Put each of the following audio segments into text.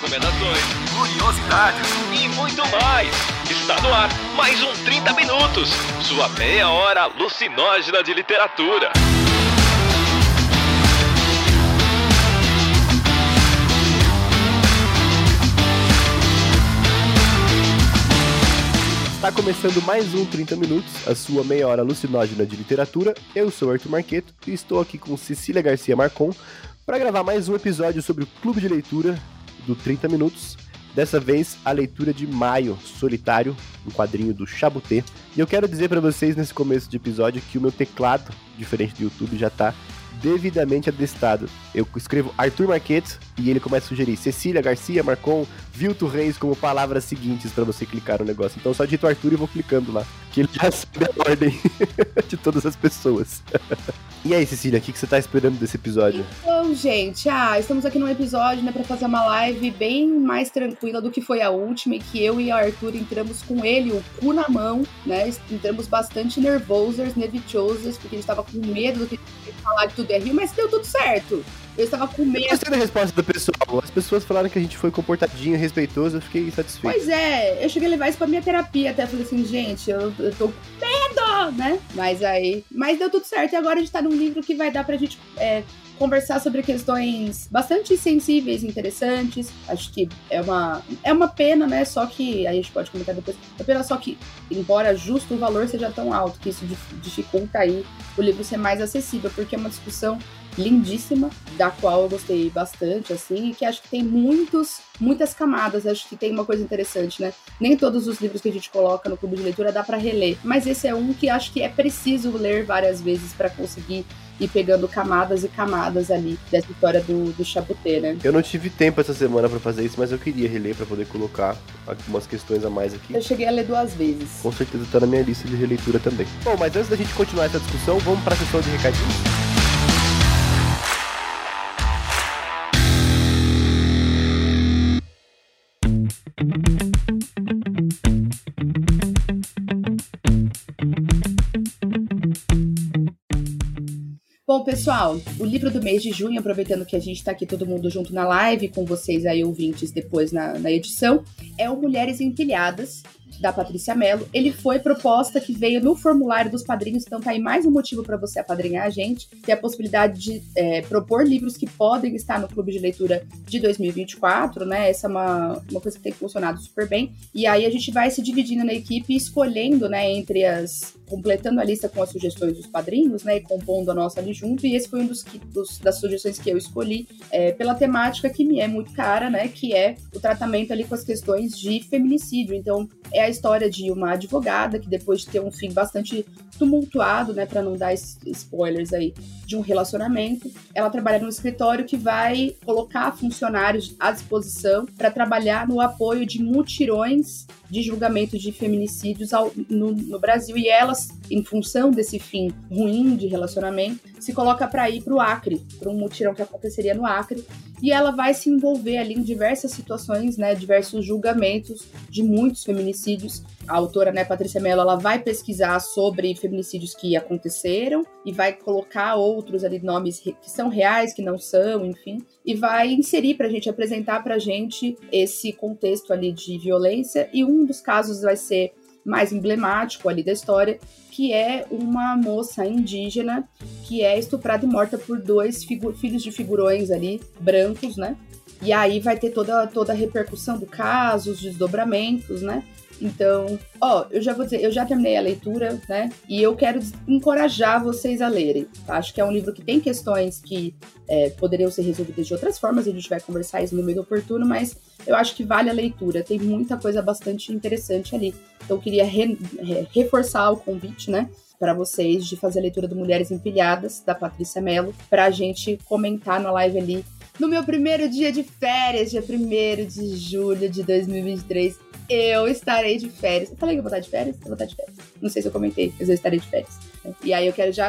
recomendações, curiosidades e muito mais. Está no ar mais um 30 Minutos, sua meia hora alucinógena de literatura. Está começando mais um 30 Minutos, a sua meia hora alucinógena de literatura. Eu sou Arthur Marqueto e estou aqui com Cecília Garcia Marcon para gravar mais um episódio sobre o Clube de Leitura do 30 Minutos. Dessa vez, a leitura de Maio, Solitário, um quadrinho do Chabuté. E eu quero dizer para vocês nesse começo de episódio que o meu teclado, diferente do YouTube, já está devidamente adestrado. Eu escrevo Arthur Marqueto e ele começa a sugerir Cecília Garcia Marcon, Vilto Reis como palavras seguintes para você clicar no negócio. Então eu só digito Arthur e vou clicando lá, que ele já sabe a ordem de todas as pessoas. E aí, Cecília, o que você tá esperando desse episódio? Então, gente, estamos aqui num episódio, né, pra fazer uma live bem mais tranquila do que foi a última, e que eu e o Arthur entramos com ele, o cu na mão, né, entramos bastante nervosos, nerviosos, porque a gente tava com medo do que falar de tudo é rio, mas deu tudo certo. Eu estava com medo. Eu gostei da resposta do pessoal. As pessoas falaram que a gente foi comportadinho, respeitoso, eu fiquei satisfeito. Pois é, eu cheguei a levar isso pra minha terapia, até falei assim, gente, eu tô com medo, né? Mas deu tudo certo, e agora a gente tá num livro que vai dar pra gente conversar sobre questões bastante sensíveis e interessantes. Acho que é uma pena, né? Só que, aí a gente pode comentar depois, é pena só que, embora justo o valor seja tão alto, que isso dificulta aí o livro ser mais acessível, porque é uma discussão lindíssima, da qual eu gostei bastante, assim, e que acho que tem muitas camadas. Acho que tem uma coisa interessante, né? Nem todos os livros que a gente coloca no clube de leitura dá pra reler, mas esse é um que acho que é preciso ler várias vezes pra conseguir ir pegando camadas e camadas ali dessa história do Chabuté, né? Eu não tive tempo essa semana pra fazer isso, mas eu queria reler pra poder colocar algumas questões a mais aqui. Eu cheguei a ler 2 vezes. Com certeza tá na minha lista de releitura também. Bom, mas antes da gente continuar essa discussão, vamos pra sessão de recadinhos? Bom, pessoal, o livro do mês de junho, aproveitando que a gente tá aqui todo mundo junto na live, com vocês aí ouvintes depois na edição, é o Mulheres Empilhadas, da Patrícia Mello. Ele foi proposta que veio no formulário dos padrinhos, então tá aí mais um motivo para você apadrinhar a gente, que é a possibilidade de propor livros que podem estar no Clube de Leitura de 2024, né? Essa é uma coisa que tem funcionado super bem. E aí a gente vai se dividindo na equipe e escolhendo, né, completando a lista com as sugestões dos padrinhos, né, e compondo a nossa ali junto, e esse foi um das sugestões que eu escolhi pela temática que me é muito cara, né, que é o tratamento ali com as questões de feminicídio. Então, é a história de uma advogada que, depois de ter um fim bastante tumultuado, né, para não dar spoilers aí, de um relacionamento, ela trabalha num escritório que vai colocar funcionários à disposição para trabalhar no apoio de mutirões de julgamento de feminicídios no Brasil, e elas, em função desse fim ruim de relacionamento, se coloca para ir para o Acre, para um mutirão que aconteceria no Acre, e ela vai se envolver ali em diversas situações, né, diversos julgamentos de muitos feminicídios. A autora, né, Patrícia Mello, ela vai pesquisar sobre feminicídios que aconteceram e vai colocar outros ali, nomes que são reais, que não são, enfim, e vai inserir pra gente, apresentar pra gente esse contexto ali de violência. E um dos casos vai ser mais emblemático ali da história, que é uma moça indígena que é estuprada e morta por 2 filhos de figurões ali, brancos, né? E aí vai ter toda a repercussão do caso, os desdobramentos, né? Então, eu já vou dizer, eu já terminei a leitura, né? E eu quero encorajar vocês a lerem. Acho que é um livro que tem questões que poderiam ser resolvidas de outras formas, a gente vai conversar isso no meio oportuno, mas eu acho que vale a leitura. Tem muita coisa bastante interessante ali. Então, eu queria reforçar o convite, né, para vocês, de fazer a leitura do Mulheres Empilhadas, da Patrícia Mello, pra gente comentar na live ali no meu primeiro dia de férias, dia 1º de julho de 2023. Eu estarei de férias. Eu falei que eu vou estar de férias? Eu vou estar de férias. Não sei se eu comentei, mas eu estarei de férias. E aí eu quero já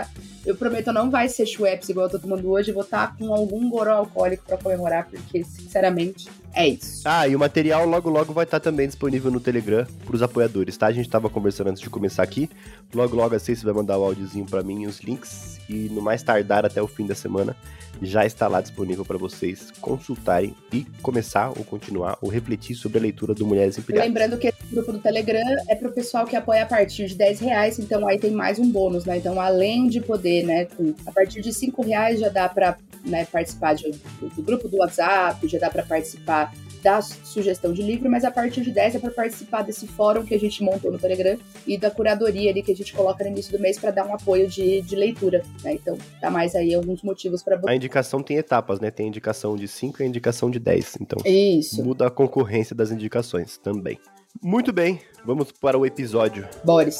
Eu prometo, não vai ser Schweppes igual eu tô tomando hoje. Eu vou estar com algum goró alcoólico pra comemorar, porque, sinceramente, é isso. Ah, e o material logo vai estar também disponível no Telegram pros apoiadores, tá? A gente tava conversando antes de começar aqui. Logo a Ceci vai mandar o áudiozinho pra mim e os links. E no mais tardar até o fim da semana, já está lá disponível para vocês consultarem e começar ou continuar ou refletir sobre a leitura do Mulheres Empilhadas. Lembrando que esse grupo do Telegram é pro pessoal que apoia a partir de R$10, então aí tem mais um bônus, né? Então, além de poder, né, a partir de R$5 já dá para, né, participar do grupo do WhatsApp, já dá para participar da sugestão de livro, mas a partir de 10 é para participar desse fórum que a gente montou no Telegram e da curadoria ali que a gente coloca no início do mês para dar um apoio de leitura, né? Então, dá mais aí alguns motivos para... A indicação tem etapas, né? Tem a indicação de 5 e a indicação de 10, então isso muda a concorrência das indicações também. Muito bem, vamos para o episódio. Boris.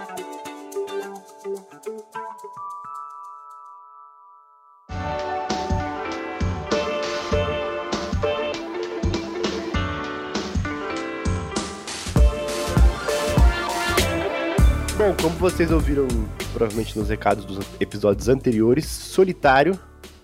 Bom, como vocês ouviram provavelmente nos recados dos episódios anteriores, Solitário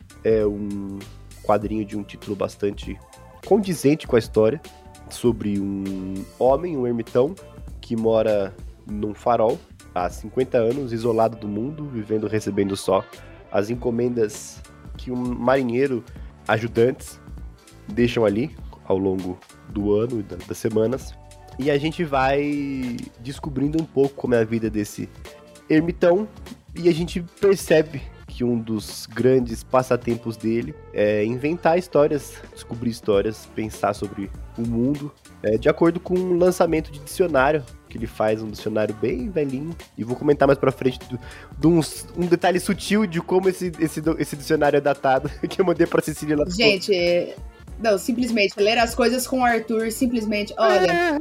é um quadrinho de um título bastante condizente com a história, sobre um homem, um ermitão, que mora num farol há 50 anos, isolado do mundo, vivendo recebendo só as encomendas que um marinheiro, ajudantes, deixam ali ao longo do ano e das semanas. E a gente vai descobrindo um pouco como é a vida desse ermitão, e a gente percebe que um dos grandes passatempos dele é inventar histórias, descobrir histórias, pensar sobre o mundo, de acordo com um lançamento de dicionário, que ele faz, um dicionário bem velhinho, e vou comentar mais pra frente de um detalhe sutil de como esse dicionário é datado, que eu mandei pra Cecília lá. Gente... Não, simplesmente, ler as coisas com o Arthur, simplesmente, olha,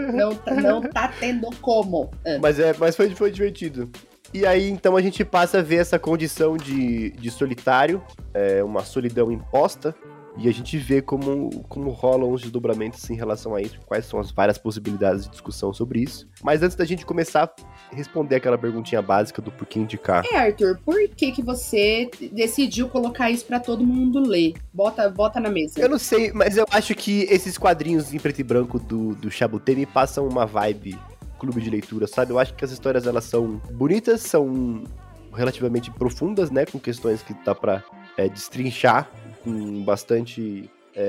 não tá tendo como. Mas foi divertido. E aí, então, a gente passa a ver essa condição de solitário, uma solidão imposta, e a gente vê como rolam os desdobramentos em relação a isso, quais são as várias possibilidades de discussão sobre isso. Mas antes da gente começar a responder aquela perguntinha básica do porquê indicar. Arthur, por que você decidiu colocar isso pra todo mundo ler? Bota na mesa. Eu não sei, mas eu acho que esses quadrinhos em preto e branco do Chabuté me passam uma vibe clube de leitura, sabe? Eu acho que as histórias, elas são bonitas, são relativamente profundas, né? Com questões que dá pra destrinchar, com bastante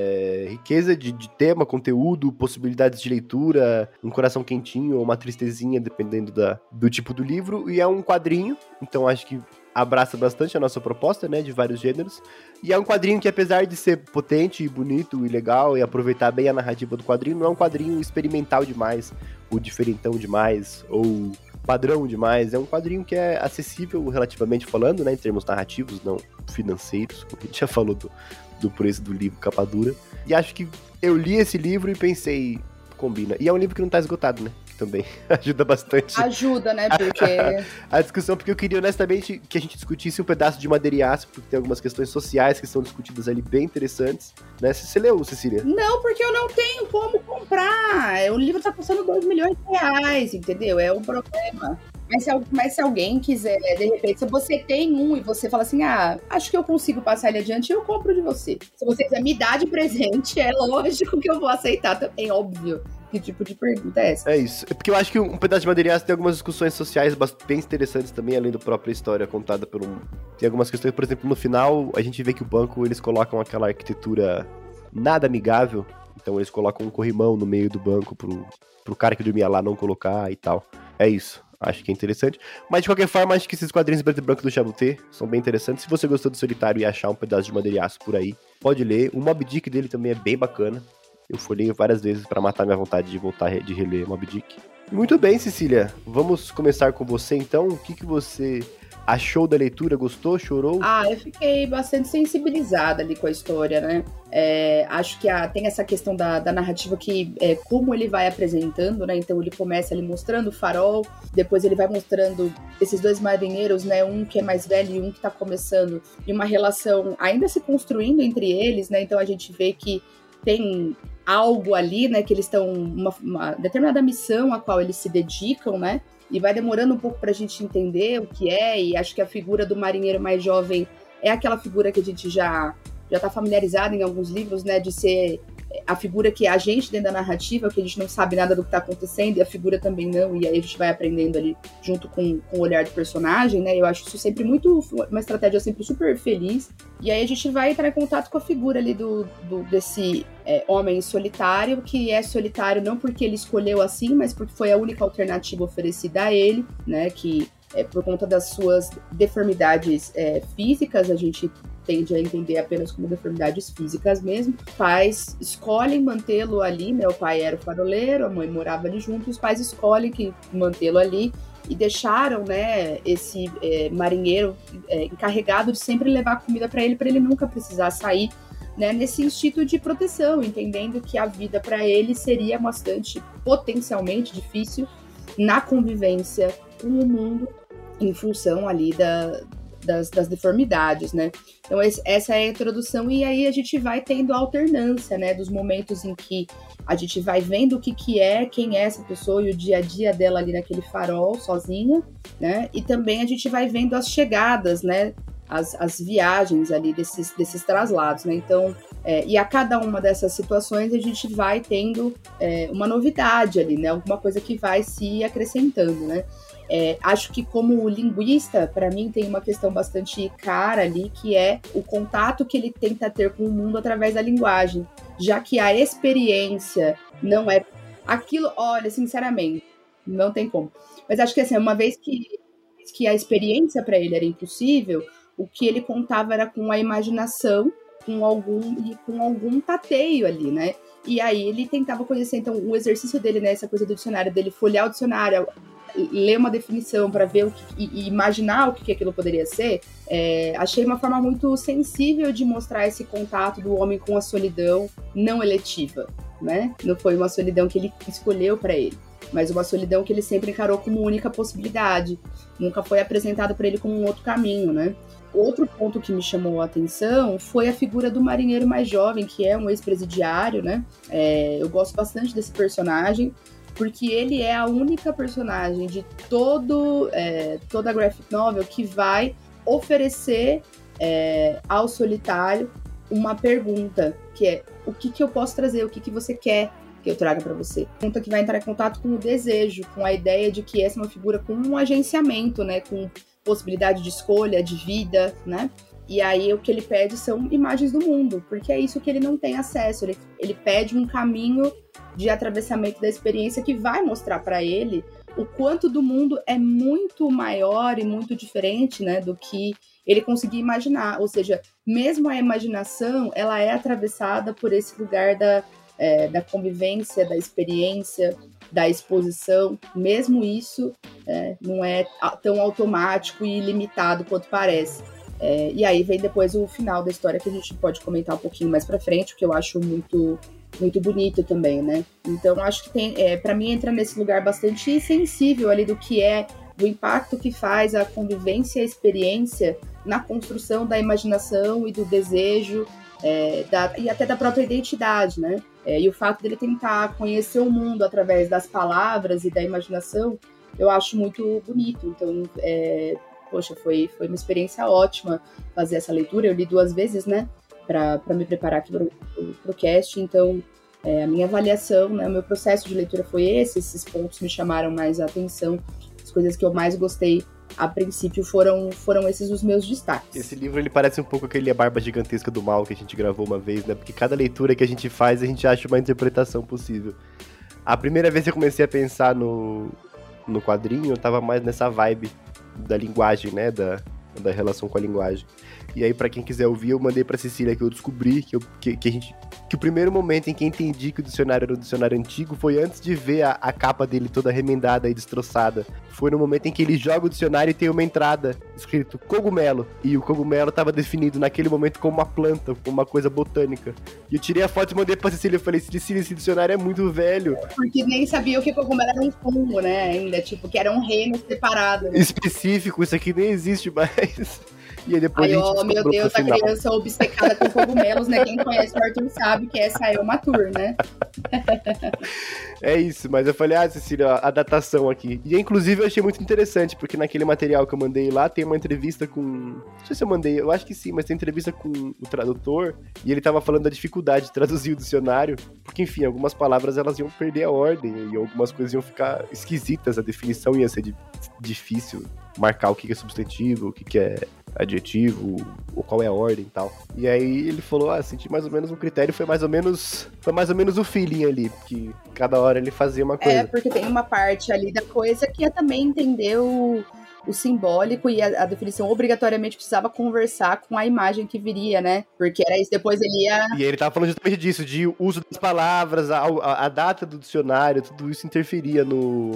riqueza de tema, conteúdo, possibilidades de leitura, um coração quentinho ou uma tristezinha, dependendo do tipo do livro. E é um quadrinho, então acho que abraça bastante a nossa proposta, né, de vários gêneros. E é um quadrinho que, apesar de ser potente e bonito e legal e aproveitar bem a narrativa do quadrinho, não é um quadrinho experimental demais, ou diferentão demais, ou padrão demais. É um quadrinho que é acessível, relativamente falando, né, em termos narrativos, não financeiros, como a gente já falou do preço do livro capa dura. E acho que eu li esse livro e pensei, combina. E é um livro que não tá esgotado, né? Que também ajuda bastante. Ajuda, né? Porque... a discussão, porque eu queria honestamente que a gente discutisse um pedaço de Madeira e Aço, porque tem algumas questões sociais que são discutidas ali bem interessantes, né? Você leu, Cecília? Não, porque eu não tenho como comprar. O livro tá custando R$2 milhões, entendeu? É um problema. Mas se alguém quiser, de repente, se você tem um e você fala assim, acho que eu consigo passar ele adiante, eu compro de você. Se você quiser me dar de presente, é lógico que eu vou aceitar também, óbvio. Que tipo de pergunta é essa? É isso. É porque eu acho que um pedaço de Madeira e Aço tem algumas discussões sociais bem interessantes também, além da própria história contada por um... Tem algumas questões, por exemplo, no final, a gente vê que o banco, eles colocam aquela arquitetura nada amigável, então eles colocam um corrimão no meio do banco pro cara que dormia lá não colocar e tal. É isso. Acho que é interessante. Mas, de qualquer forma, acho que esses quadrinhos preto e branco do Chabuté são bem interessantes. Se você gostou do Solitário e achar um pedaço de Madeira e Aço por aí, pode ler. O Moby Dick dele também é bem bacana. Eu folhei várias vezes pra matar minha vontade de voltar de reler Moby Dick. Muito bem, Cecília. Vamos começar com você, então. O que você achou da leitura? Gostou? Chorou? Eu fiquei bastante sensibilizada ali com a história, né? Acho que tem essa questão da narrativa que como ele vai apresentando, né? Então ele começa ali mostrando o farol, depois ele vai mostrando esses dois marinheiros, né? Um que é mais velho e um que tá começando, e uma relação ainda se construindo entre eles, né? Então a gente vê que tem algo ali, né, que eles estão, uma determinada missão a qual eles se dedicam, né, e vai demorando um pouco pra gente entender o que é, e acho que a figura do marinheiro mais jovem é aquela figura que a gente já tá familiarizado em alguns livros, né, de ser a figura que é a gente dentro da narrativa, que a gente não sabe nada do que tá acontecendo, e a figura também não, e aí a gente vai aprendendo ali junto com o olhar do personagem, né, eu acho isso sempre uma estratégia sempre super feliz, e aí a gente vai entrar em contato com a figura ali desse homem solitário, que é solitário não porque ele escolheu assim, mas porque foi a única alternativa oferecida a ele, né, que por conta das suas deformidades físicas, a gente tende a entender apenas como deformidades físicas mesmo. Os pais escolhem mantê-lo ali, né? O pai era o faroleiro, a mãe morava ali junto, os pais escolhem mantê-lo ali e deixaram, né, esse marinheiro encarregado de sempre levar comida para ele nunca precisar sair, né, nesse instinto de proteção, entendendo que a vida para ele seria bastante, potencialmente difícil na convivência com o mundo em função ali das deformidades, né? Então essa é a introdução, e aí a gente vai tendo a alternância, né, dos momentos em que a gente vai vendo o que é, quem é essa pessoa e o dia a dia dela ali naquele farol, sozinha, né? E também a gente vai vendo as chegadas, né? As viagens ali desses traslados, né? Então, e a cada uma dessas situações a gente vai tendo uma novidade ali, né? Alguma coisa que vai se acrescentando, né? Acho que como linguista, para mim tem uma questão bastante cara ali, que é o contato que ele tenta ter com o mundo através da linguagem, já que a experiência não é aquilo, olha, sinceramente, não tem como. Mas acho que assim, uma vez que a experiência para ele era impossível, o que ele contava era com a imaginação, com algum tateio ali, né? E aí ele tentava conhecer, então o exercício dele, né, essa coisa do dicionário, dele folhear o dicionário, ler uma definição para ver e imaginar o que aquilo poderia ser, achei uma forma muito sensível de mostrar esse contato do homem com a solidão não eletiva, né? Não foi uma solidão que ele escolheu para ele, mas uma solidão que ele sempre encarou como única possibilidade, nunca foi apresentada para ele como um outro caminho, né? Outro ponto que me chamou a atenção foi a figura do marinheiro mais jovem, que é um ex-presidiário, né? Eu gosto bastante desse personagem, porque ele é a única personagem de toda a graphic novel que vai oferecer ao solitário uma pergunta, que é: o que eu posso trazer, o que você quer que eu traga para você? Pergunta que vai entrar em contato com o desejo, com a ideia de que essa é uma figura com um agenciamento, né, com possibilidade de escolha, de vida, né? E aí o que ele pede são imagens do mundo, porque é isso que ele não tem acesso. Ele pede um caminho de atravessamento da experiência que vai mostrar para ele o quanto do mundo é muito maior e muito diferente, né, do que ele conseguia imaginar. Ou seja, mesmo a imaginação, ela é atravessada por esse lugar da convivência, da experiência, da exposição. Mesmo isso não é tão automático e limitado quanto parece. E aí vem depois o final da história, que a gente pode comentar um pouquinho mais pra frente, o que eu acho muito, muito bonito também, né? Então acho que pra mim entra nesse lugar bastante sensível ali do impacto que faz a convivência e a experiência na construção da imaginação e do desejo, e até da própria identidade, né? E o fato dele tentar conhecer o mundo através das palavras e da imaginação, eu acho muito bonito. Então, poxa, foi uma experiência ótima fazer essa leitura. Eu li 2 vezes, né, para me preparar aqui pro cast. Então, a minha avaliação, né, o meu processo de leitura foi esses pontos me chamaram mais a atenção. As coisas que eu mais gostei a princípio foram esses os meus destaques. Esse livro, ele parece um pouco aquele A Barba Gigantesca do Mal que a gente gravou uma vez, né? Porque cada leitura que a gente faz, a gente acha uma interpretação possível. A primeira vez que eu comecei a pensar no quadrinho, eu tava mais nessa vibe da linguagem, né? Da relação com a linguagem. E aí, pra quem quiser ouvir, eu mandei pra Cecília que eu descobri que o primeiro momento em que entendi que o dicionário era um dicionário antigo foi antes de ver a capa dele toda remendada e destroçada. Foi no momento em que ele joga o dicionário e tem uma entrada escrito cogumelo. E o cogumelo estava definido naquele momento como uma planta, como uma coisa botânica. E eu tirei a foto e mandei pra Cecília. Eu falei: Cecília, esse dicionário é muito velho. Porque nem sabia que cogumelo era um fungo, né? Ainda, tipo, que era um reino separado. Né? Específico, isso aqui nem existe mais. E aí depois Aí, a gente ó, meu descobriu Deus, no a final. criança obcecada com cogumelos, né? Quem conhece o Arthur sabe que essa é uma tour, né? É isso, mas eu falei, Cecília, a datação aqui. E inclusive eu achei muito interessante, porque naquele material que eu mandei lá tem uma entrevista com... Não sei se eu mandei, eu acho que sim, mas tem entrevista com o tradutor, e ele tava falando da dificuldade de traduzir o dicionário, porque enfim, algumas palavras elas iam perder a ordem, e algumas coisas iam ficar esquisitas, a definição ia ser difícil, marcar o que é substantivo, o que é adjetivo, ou qual é a ordem e tal. E aí ele falou, senti mais ou menos um critério, foi mais ou menos o feeling ali, que cada hora ele fazia uma coisa. É, porque tem uma parte ali da coisa que é também entender o simbólico, e a definição obrigatoriamente precisava conversar com a imagem que viria, né? Porque era isso, depois ele ia... E ele tava falando justamente disso, de uso das palavras, a data do dicionário, tudo isso interferia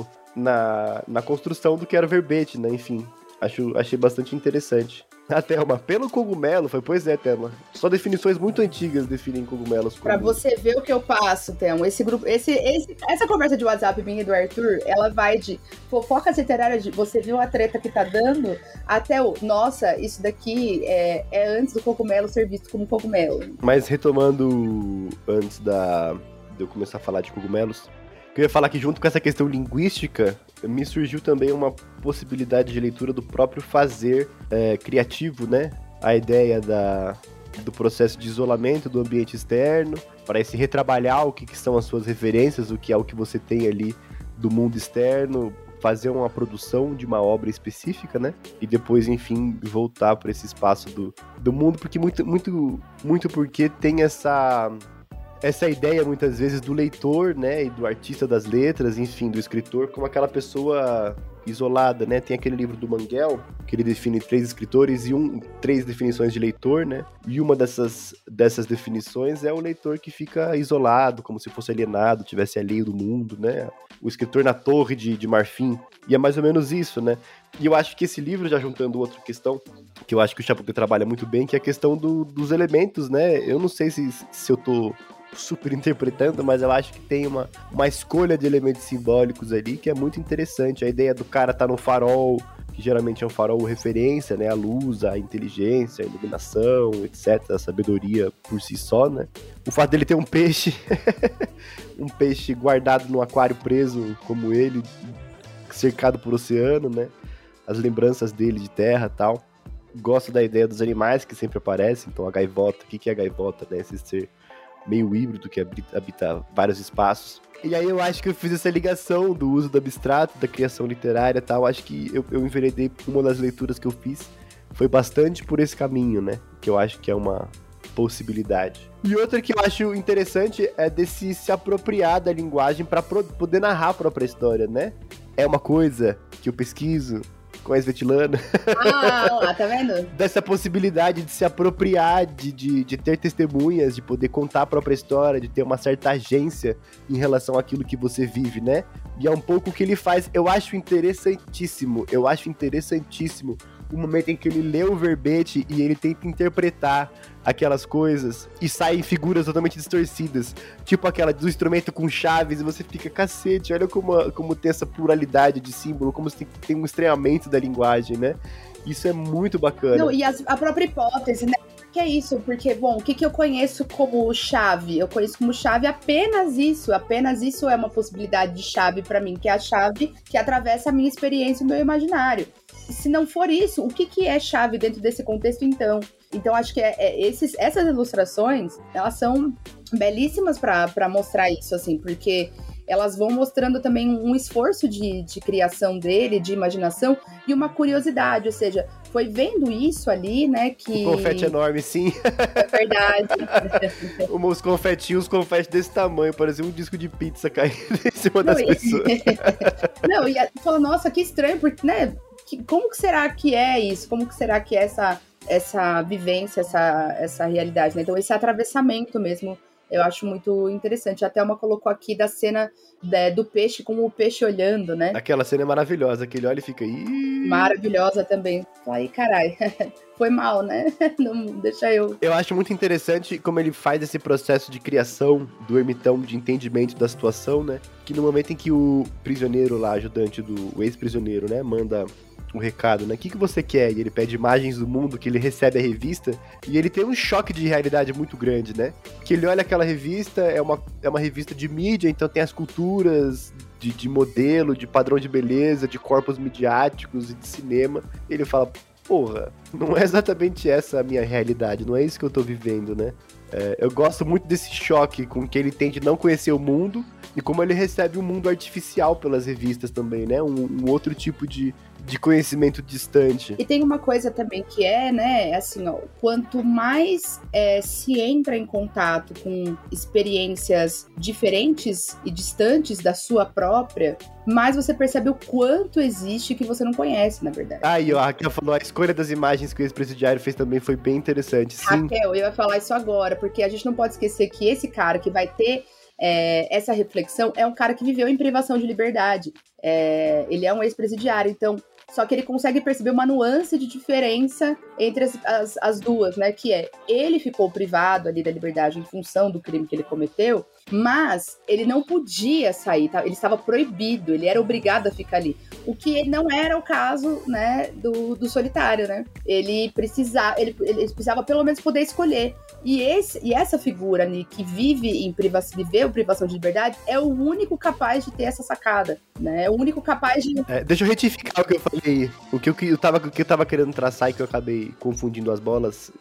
na construção do que era o verbete, né? Enfim, achei bastante interessante. A Thelma, pelo cogumelo, pois é, Thelma. Só definições muito antigas definem cogumelos. Pra você ver o que eu passo, Thelma, essa conversa de WhatsApp minha e do Arthur, ela vai de fofocas literárias, de você viu a treta que tá dando, até nossa, isso daqui é antes do cogumelo ser visto como cogumelo. Mas retomando, antes de eu começar a falar de cogumelos, eu ia falar que junto com essa questão linguística, me surgiu também uma possibilidade de leitura do próprio fazer criativo, né? A ideia do processo de isolamento do ambiente externo, para se retrabalhar o que são as suas referências, o que é o que você tem ali do mundo externo, fazer uma produção de uma obra específica, né? E depois, enfim, voltar para esse espaço do mundo, porque muito porque tem essa ideia, muitas vezes, do leitor, né, e do artista das letras, enfim, do escritor, como aquela pessoa isolada, né? Tem aquele livro do Manguel, que ele define 3 escritores e 3 definições de leitor, né? E uma dessas definições é o leitor que fica isolado, como se fosse alienado, tivesse alheio do mundo, né? O escritor na torre de marfim. E é mais ou menos isso, né? E eu acho que esse livro, já juntando outra questão, que eu acho que o Chapuquet trabalha muito bem, que é a questão dos elementos, né? Eu não sei se eu tô super interpretando, mas eu acho que tem uma escolha de elementos simbólicos ali que é muito interessante. A ideia do cara tá no farol, que geralmente é um farol referência, né? A luz, a inteligência, a iluminação, etc. A sabedoria por si só, né? O fato dele ter um peixe, um peixe guardado no aquário preso como ele, cercado por oceano, né? As lembranças dele de terra e tal. Gosto da ideia dos animais que sempre aparecem. Então a gaivota, o que é a gaivota, né? Esse ser meio híbrido que habita vários espaços. E aí eu acho que eu fiz essa ligação do uso do abstrato, da criação literária e tal. Acho que eu enveredei, uma das leituras que eu fiz foi bastante por esse caminho, né? Que eu acho que é uma possibilidade. E outra que eu acho interessante é desse se apropriar da linguagem para poder narrar a própria história, né? É uma coisa que eu pesquiso com a Svetlana. Tá vendo? Dessa possibilidade de se apropriar, de ter testemunhas, de poder contar a própria história, de ter uma certa agência em relação àquilo que você vive, né? E é um pouco o que ele faz. Eu acho interessantíssimo o momento em que ele lê o verbete e ele tenta interpretar aquelas coisas e saem figuras totalmente distorcidas, tipo aquela do instrumento com chaves, e você fica, cacete, olha como tem essa pluralidade de símbolo, como tem um estranhamento da linguagem, né? Isso é muito bacana. Não, e a própria hipótese, né? Que é isso, porque, bom, o que eu conheço como chave? Eu conheço como chave apenas isso é uma possibilidade de chave pra mim, que é a chave que atravessa a minha experiência e o meu imaginário. Se não for isso, o que é chave dentro desse contexto, então? Então, acho que essas ilustrações, elas são belíssimas para mostrar isso, assim, porque elas vão mostrando também um esforço de criação dele, de imaginação, e uma curiosidade, ou seja, foi vendo isso ali, né, que... O confete enorme, sim. É verdade. Os confetes desse tamanho, parecia um disco de pizza caindo em cima das pessoas. Não, e falou, nossa, que estranho, porque, né, como que será que é isso? Como que será que é essa vivência, essa realidade, né? Então, esse atravessamento mesmo, eu acho muito interessante. A Thelma colocou aqui da cena do peixe, com o peixe olhando, né? Aquela cena é maravilhosa, que ele olha e fica... Maravilhosa também. Aí, caralho, foi mal, né? Não deixa eu... Eu acho muito interessante como ele faz esse processo de criação do ermitão, de entendimento da situação, né? Que no momento em que o prisioneiro lá, ajudante do ex-prisioneiro, né, manda o recado, né? O que você quer? E ele pede imagens do mundo, que ele recebe a revista, e ele tem um choque de realidade muito grande, né? Que ele olha aquela revista, é uma revista de mídia, então tem as culturas de modelo, de padrão de beleza, de corpos midiáticos e de cinema. E ele fala, porra, não é exatamente essa a minha realidade, não é isso que eu tô vivendo, né? Eu gosto muito desse choque com que ele tem de não conhecer o mundo e como ele recebe um mundo artificial pelas revistas também, né? Um outro tipo de conhecimento distante. E tem uma coisa também que né, assim, ó, quanto mais se entra em contato com experiências diferentes e distantes da sua própria, mais você percebe o quanto existe que você não conhece, na verdade. Aí, ó, a Raquel falou, a escolha das imagens que o ex-presidiário fez também foi bem interessante. Sim. Raquel, eu ia falar isso agora, porque a gente não pode esquecer que esse cara que vai ter essa reflexão é um cara que viveu em privação de liberdade. Ele é um ex-presidiário, então... Só que ele consegue perceber uma nuance de diferença entre as duas, né? Que ele ficou privado ali da liberdade em função do crime que ele cometeu, mas ele não podia sair, tá? Ele estava proibido, ele era obrigado a ficar ali. O que não era o caso, né, do solitário, né? Ele precisava pelo menos poder escolher. E essa figura ali que viveu privação de liberdade é o único capaz de ter essa sacada, né? É o único capaz de... Deixa eu retificar o que eu falei. O que eu tava querendo traçar e que eu acabei confundindo as bolas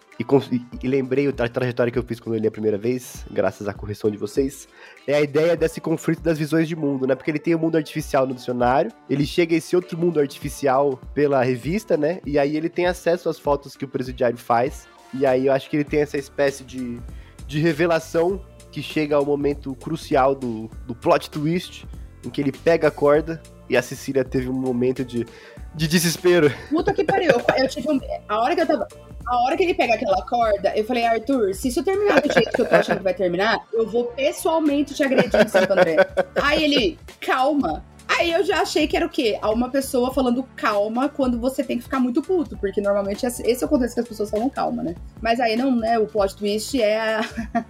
e lembrei a trajetória que eu fiz quando eu li a primeira vez, graças à correção de vocês, é a ideia desse conflito das visões de mundo, né? Porque ele tem o mundo artificial no dicionário, ele chega a esse outro mundo artificial pela revista, né? E aí ele tem acesso às fotos que o presidiário faz, e aí eu acho que ele tem essa espécie de revelação que chega ao momento crucial do plot twist, em que ele pega a corda, e a Cecília teve um momento de desespero. Puta que pariu. Eu tive a hora que ele pega aquela corda, eu falei, Arthur, se isso terminar do jeito que eu tô achando que vai terminar, eu vou pessoalmente te agredir em Santo André. Aí ele, calma. Aí eu já achei que era o quê? Uma pessoa falando calma quando você tem que ficar muito puto, porque normalmente esse é o contexto que as pessoas falam calma, né? Mas aí não, né? O plot twist é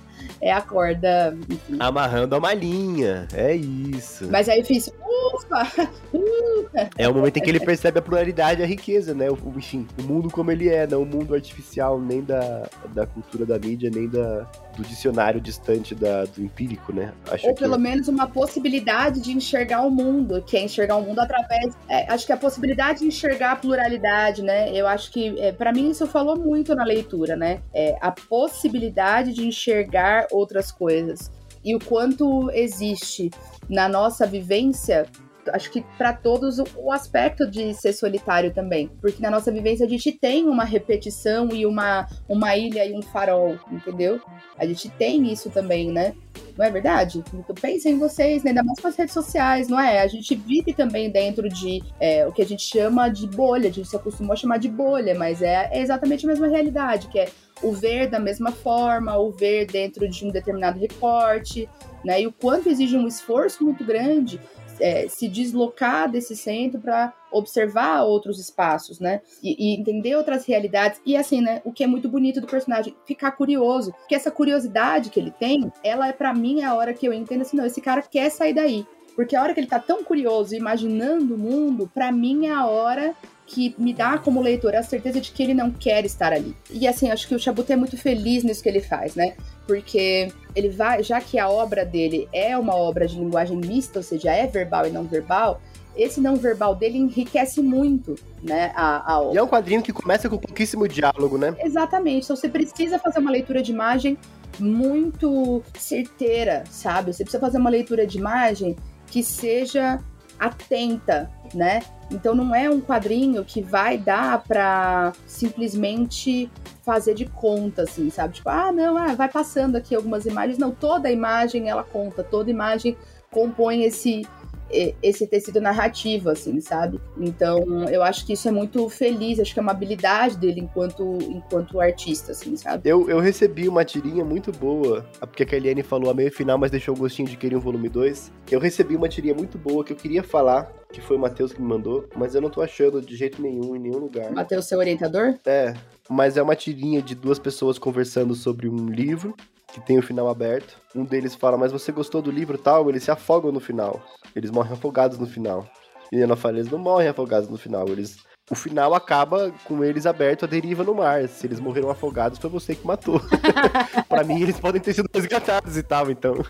a corda, enfim. Amarrando a malinha, é isso. Mas aí eu fiz, ufa! É o momento em que ele percebe a pluralidade e a riqueza, né? Enfim, o mundo como ele é, não o mundo artificial, nem da cultura da mídia, nem do dicionário distante do empírico, né? Ou pelo menos uma possibilidade de enxergar o mundo, que é enxergar o mundo através... acho que a possibilidade de enxergar a pluralidade, né? Eu acho que, pra mim, isso falou muito na leitura, né? A possibilidade de enxergar outras coisas. E o quanto existe na nossa vivência... Acho que para todos o aspecto de ser solitário também. Porque na nossa vivência a gente tem uma repetição e uma ilha e um farol, entendeu? A gente tem isso também, né? Não é verdade? Então pensem em vocês, né? Ainda mais com as redes sociais, não é? A gente vive também dentro de o que a gente chama de bolha. A gente se acostumou a chamar de bolha, mas é exatamente a mesma realidade, que é o ver da mesma forma, o ver dentro de um determinado recorte, né? E o quanto exige um esforço muito grande se deslocar desse centro para observar outros espaços, né? E entender outras realidades. E assim, né? O que é muito bonito do personagem, ficar curioso. Porque essa curiosidade que ele tem, ela pra mim, é a hora que eu entendo assim, não, esse cara quer sair daí. Porque a hora que ele tá tão curioso, imaginando o mundo, pra mim é a hora que me dá como leitor a certeza de que ele não quer estar ali. E assim, acho que o Chabuté é muito feliz nisso que ele faz, né? Porque ele vai, já que a obra dele é uma obra de linguagem mista, ou seja, é verbal e não verbal, esse não verbal dele enriquece muito, né, a obra. E é um quadrinho que começa com pouquíssimo diálogo, né? Exatamente, então você precisa fazer uma leitura de imagem muito certeira, sabe? Você precisa fazer uma leitura de imagem que seja atenta, né? Então não é um quadrinho que vai dar pra simplesmente fazer de conta, assim, sabe? Tipo, vai passando aqui algumas imagens. Não, toda imagem ela conta, toda imagem compõe esse tecido narrativo, assim, sabe? Então, eu acho que isso é muito feliz, acho que é uma habilidade dele enquanto artista, assim, sabe? Eu recebi uma tirinha muito boa, porque a Kellyanne falou a meio final, mas deixou o gostinho de querer um volume 2. Eu recebi uma tirinha muito boa que eu queria falar, que foi o Matheus que me mandou, mas eu não tô achando de jeito nenhum, em nenhum lugar. Matheus, seu orientador? Mas é uma tirinha de duas pessoas conversando sobre um livro, que tem o final aberto. Um deles fala, mas você gostou do livro tal? Eles se afogam no final. Eles morrem afogados no final. E ela fala, eles não morrem afogados no final. Eles o final acaba com eles abertos à deriva no mar. Se eles morreram afogados, foi você que matou. Pra mim, eles podem ter sido resgatados e tal, então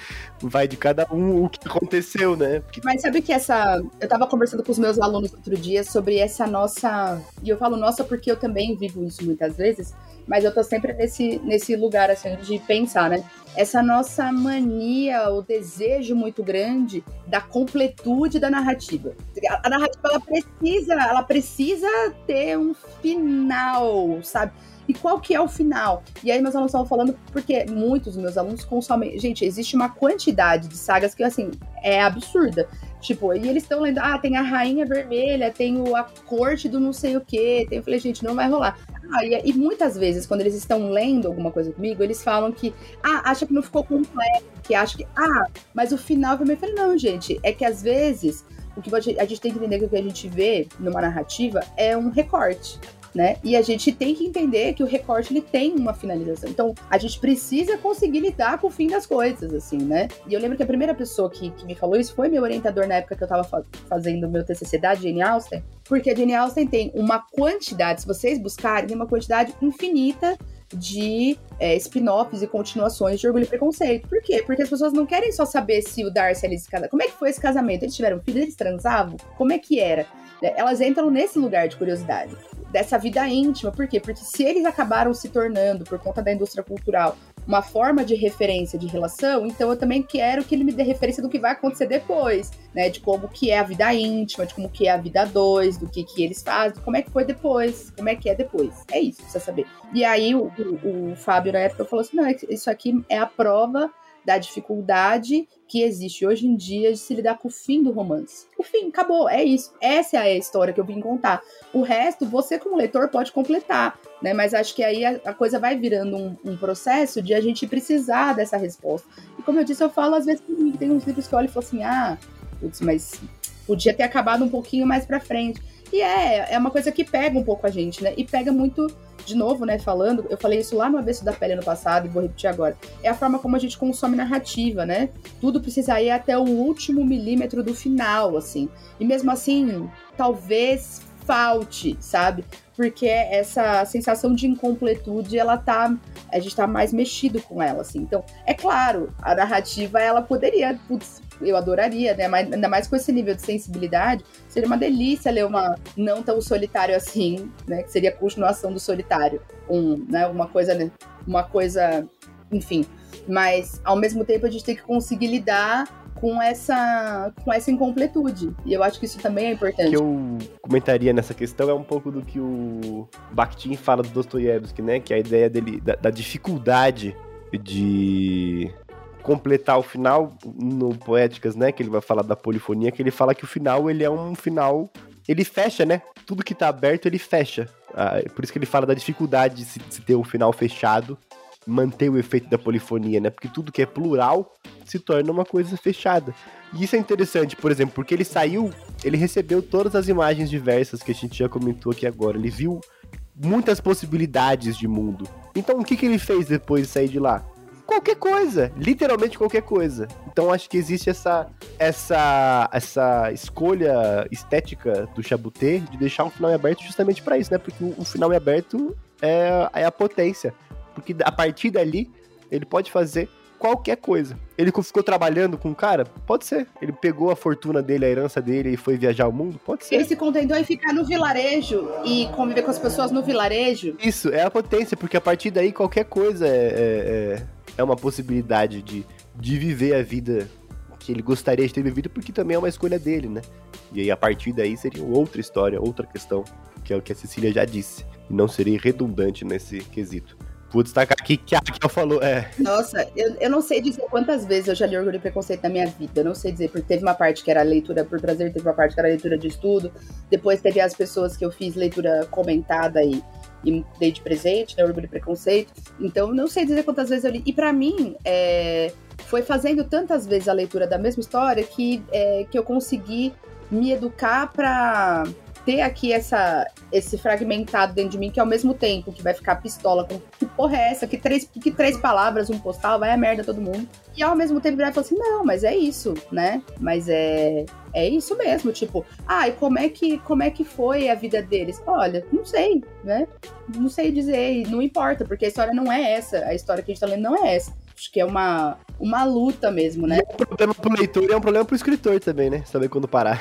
vai de cada um o que aconteceu, né? Porque... Mas sabe que eu tava conversando com os meus alunos outro dia sobre essa nossa... E eu falo nossa porque eu também vivo isso muitas vezes, mas eu tô sempre nesse lugar, assim, de pensar, né? Essa nossa mania, o desejo muito grande da completude da narrativa. A narrativa, ela precisa ter um final, sabe? E qual que é o final? E aí meus alunos estavam falando, porque muitos dos meus alunos consomem... Gente, existe uma quantidade de sagas que, assim, é absurda. Tipo, e eles estão lendo, tem a Rainha Vermelha, tem a Corte do não sei o quê. Eu falei, gente, não vai rolar. E muitas vezes, quando eles estão lendo alguma coisa comigo, eles falam que, acha que não ficou completo, que acha que, mas o final também. Eu falei, não, gente, é que às vezes, o que a gente tem que entender que o que a gente vê numa narrativa é um recorte, né? E a gente tem que entender que o recorte, ele tem uma finalização. Então, a gente precisa conseguir lidar com o fim das coisas, assim, né? E eu lembro que a primeira pessoa que me falou isso foi meu orientador na época que eu tava fazendo o meu TCC da Jane Austen, porque a Jane Austen tem uma quantidade, se vocês buscarem, tem uma quantidade infinita de spin-offs e continuações de Orgulho e Preconceito. Por quê? Porque as pessoas não querem só saber se o Darcy e a Alice se casaram. Como é que foi esse casamento? Eles tiveram filhos, eles transavam? Como é que era? Elas entram nesse lugar de curiosidade, dessa vida íntima. Por quê? Porque se eles acabaram se tornando, por conta da indústria cultural, uma forma de referência de relação, então eu também quero que ele me dê referência do que vai acontecer depois, né? De como que é a vida íntima, de como que é a vida a dois, do que eles fazem, como é que foi depois, como é que é depois. É isso, precisa saber. E aí o Fábio, na época, falou assim, não, isso aqui é a prova da dificuldade que existe hoje em dia de se lidar com o fim do romance. O fim, acabou, é isso. Essa é a história que eu vim contar. O resto, você como leitor pode completar, né? Mas acho que aí a coisa vai virando um processo de a gente precisar dessa resposta. E como eu disse, eu falo às vezes que tem uns livros que eu olho e falo assim, putz, mas podia ter acabado um pouquinho mais pra frente. E é uma coisa que pega um pouco a gente, né? E pega muito, de novo, né, falando, eu falei isso lá no Avesso da Pele ano passado e vou repetir agora, é a forma como a gente consome narrativa, né? Tudo precisa ir até o último milímetro do final, assim. E mesmo assim, talvez falte, sabe? Porque essa sensação de incompletude, a gente tá mais mexido com ela, assim. Então, é claro, a narrativa, ela poderia, eu adoraria, né? Mas ainda mais com esse nível de sensibilidade, seria uma delícia ler uma não tão solitário assim, né? Que seria a continuação do Solitário. Né? Uma coisa, enfim. Mas, ao mesmo tempo, a gente tem que conseguir lidar com essa incompletude. E eu acho que isso também é importante. O que eu comentaria nessa questão é um pouco do que o Bakhtin fala do Dostoiévski, né? Que é a ideia dele, da dificuldade de completar o final no Poéticas, né? Que ele vai falar da polifonia, que ele fala que o final, ele é um final... Ele fecha, né? Tudo que tá aberto, ele fecha. Por isso que ele fala da dificuldade de se ter um final fechado, manter o efeito da polifonia, né? Porque tudo que é plural se torna uma coisa fechada. E isso é interessante, por exemplo, porque ele recebeu todas as imagens diversas que a gente já comentou aqui agora. Ele viu muitas possibilidades de mundo. Então, o que ele fez depois de sair de lá? Qualquer coisa, literalmente qualquer coisa. Então acho que existe essa escolha estética do Chaboté de deixar um final em aberto justamente para isso, né? Porque o final em aberto é a potência. Porque a partir dali, ele pode fazer qualquer coisa. Ele ficou trabalhando com o cara? Pode ser. Ele pegou a fortuna dele, a herança dele e foi viajar o mundo? Pode ser. Ele se contentou em ficar no vilarejo e conviver com as pessoas no vilarejo? Isso, é a potência, porque a partir daí qualquer coisa é uma possibilidade de viver a vida que ele gostaria de ter vivido, porque também é uma escolha dele, né? E aí a partir daí seria outra história, outra questão, que é o que a Cecília já disse. E não seria redundante nesse quesito. Vou destacar aqui que a Raquel falou, Nossa, eu não sei dizer quantas vezes eu já li Orgulho e Preconceito na minha vida. Eu não sei dizer, porque teve uma parte que era leitura por prazer, teve uma parte que era leitura de estudo. Depois teve as pessoas que eu fiz leitura comentada e dei de presente, né, Orgulho e Preconceito. Então, não sei dizer quantas vezes eu li. E pra mim, foi fazendo tantas vezes a leitura da mesma história que eu consegui me educar pra ter aqui esse fragmentado dentro de mim, que ao mesmo tempo que vai ficar pistola com que porra é essa, que três palavras, um postal, vai a merda todo mundo. E ao mesmo tempo vai falar assim, não, mas é isso, né? Mas é isso mesmo, tipo, e como é que foi a vida deles? Olha, não sei, né? Não sei dizer, não importa, porque a história não é essa, a história que a gente tá lendo não é essa. Acho que é uma luta mesmo, né? E é um problema pro leitor e é um problema pro escritor também, né? Saber quando parar.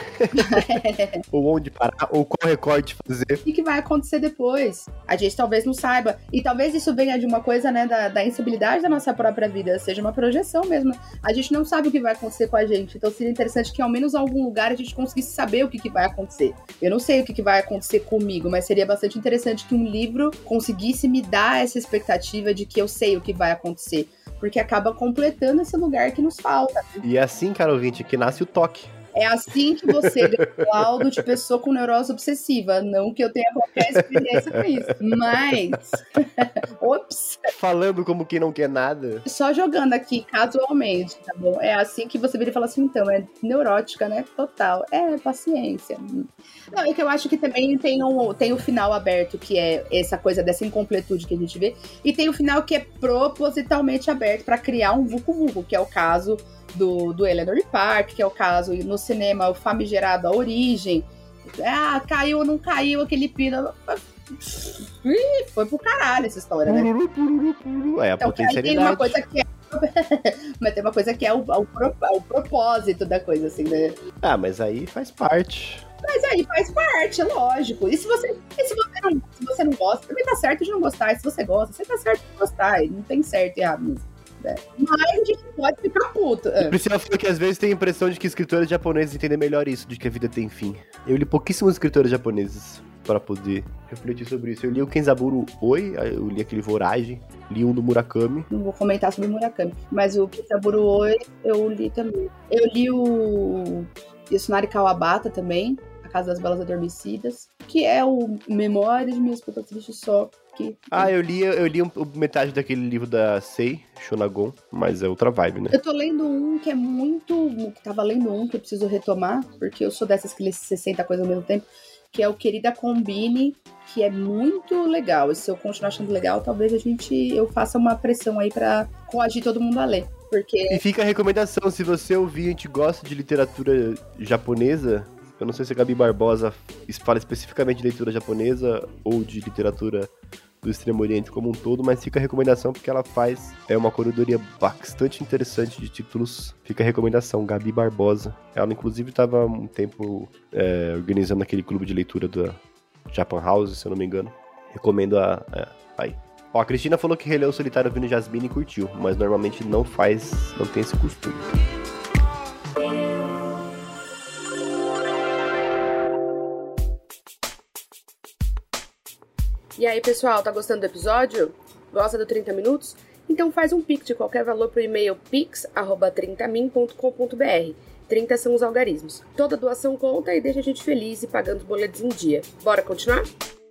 Ou onde parar, ou qual recorte fazer. O que vai acontecer depois? A gente talvez não saiba. E talvez isso venha de uma coisa, né, da instabilidade da nossa própria vida, seja uma projeção mesmo. A gente não sabe o que vai acontecer com a gente. Então seria interessante que ao menos em algum lugar a gente conseguisse saber o que vai acontecer. Eu não sei o que vai acontecer comigo, mas seria bastante interessante que um livro conseguisse me dar essa expectativa de que eu sei o que vai acontecer. Porque acaba completando esse lugar que nos falta. E é assim, cara ouvinte, que nasce o toque. É assim que você ganha o laudo de pessoa com neurose obsessiva. Não que eu tenha qualquer experiência com isso. Mas... Ops! Falando como quem não quer nada. Só jogando aqui, casualmente, tá bom? É assim que você vira e fala assim, então, é neurótica, né? Total. É, paciência. Não, é que eu acho que também tem o final aberto, que é essa coisa dessa incompletude que a gente vê. E tem o final que é propositalmente aberto pra criar um vucu-vucu, que é o caso... Do Eleanor Park, que é o caso no cinema, o famigerado A Origem. Caiu ou não caiu aquele pino. Foi pro caralho essa história, né? É a então, potencialidade. Tem uma coisa que é... Mas tem uma coisa que é o propósito da coisa, assim, né? Mas aí faz parte. Mas aí faz parte, lógico. E se você não gosta, também tá certo de não gostar. E se você gosta, você tá certo de gostar. E não tem certo e errado mesmo. Mas a gente pode ficar puto. Priscila falou que às vezes tem a impressão de que escritores japoneses entendem melhor isso, de que a vida tem fim. Eu li pouquíssimos escritores japoneses para poder refletir sobre isso. Eu li o Kenzaburo Oi, eu li aquele Voragem, li um do Murakami. Não vou comentar sobre o Murakami, mas o Kenzaburo Oi eu li também. Eu li o Yasunari Kawabata também, A Casa das Belas Adormecidas, que é o Memórias de Minhas Putas Tristes só. Eu li metade daquele livro da Sei Shonagon, mas é outra vibe, né? Eu tô lendo um que é muito... Tava lendo um que eu preciso retomar, porque eu sou dessas que lê 60 coisas ao mesmo tempo, que é o Querida Combine, que é muito legal. E se eu continuar achando legal, talvez eu faça uma pressão aí pra coagir todo mundo a ler. Porque... E fica a recomendação, se você ouvinte gosta de literatura japonesa... Eu não sei se a Gabi Barbosa fala especificamente de leitura japonesa ou de literatura do Extremo Oriente como um todo, mas fica a recomendação porque ela faz uma curadoria bastante interessante de títulos. Fica a recomendação, Gabi Barbosa. Ela, inclusive, estava um tempo organizando aquele clube de leitura da Japan House, se eu não me engano. Recomendo aí. A Cristina falou que releu o Solitário ouvindo Jasmine e curtiu, mas normalmente não tem esse costume. E aí, pessoal, tá gostando do episódio? Gosta do 30 Minutos? Então faz um pix de qualquer valor pro e-mail pix@30min.com.br. 30 são os algarismos. Toda doação conta e deixa a gente feliz e pagando os boletos em dia. Bora continuar?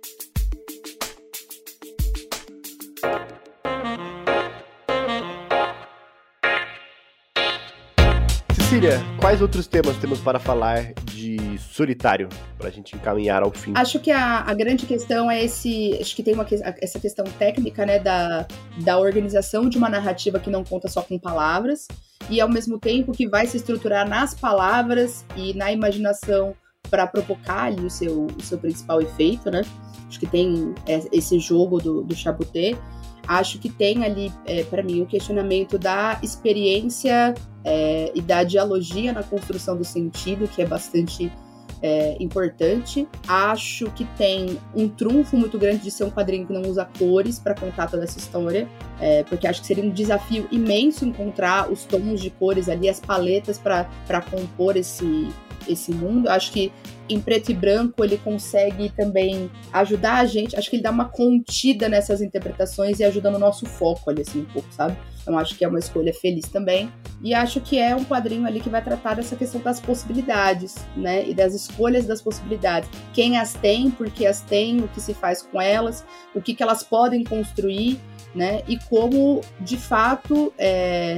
Cecília, quais outros temas temos para falar de Solitário, pra gente encaminhar ao fim? Acho que a grande questão é acho que tem essa questão técnica, né, da organização de uma narrativa que não conta só com palavras, e ao mesmo tempo que vai se estruturar nas palavras e na imaginação para provocar ali o seu principal efeito, né? Acho que tem esse jogo do Chaboté. Acho que tem ali, para mim, o questionamento da experiência e da dialogia na construção do sentido, que é bastante importante. Acho que tem um trunfo muito grande de ser um quadrinho que não usa cores para contar toda essa história, porque acho que seria um desafio imenso encontrar os tons de cores ali, as paletas para compor esse mundo. Acho que em preto e branco ele consegue também ajudar a gente, acho que ele dá uma contida nessas interpretações e ajuda no nosso foco ali, assim, um pouco, sabe? Então acho que é uma escolha feliz também. E acho que é um quadrinho ali que vai tratar dessa questão das possibilidades, né? E das escolhas das possibilidades. Quem as tem, por que as tem, o que se faz com elas, o que elas podem construir, né? E como, de fato,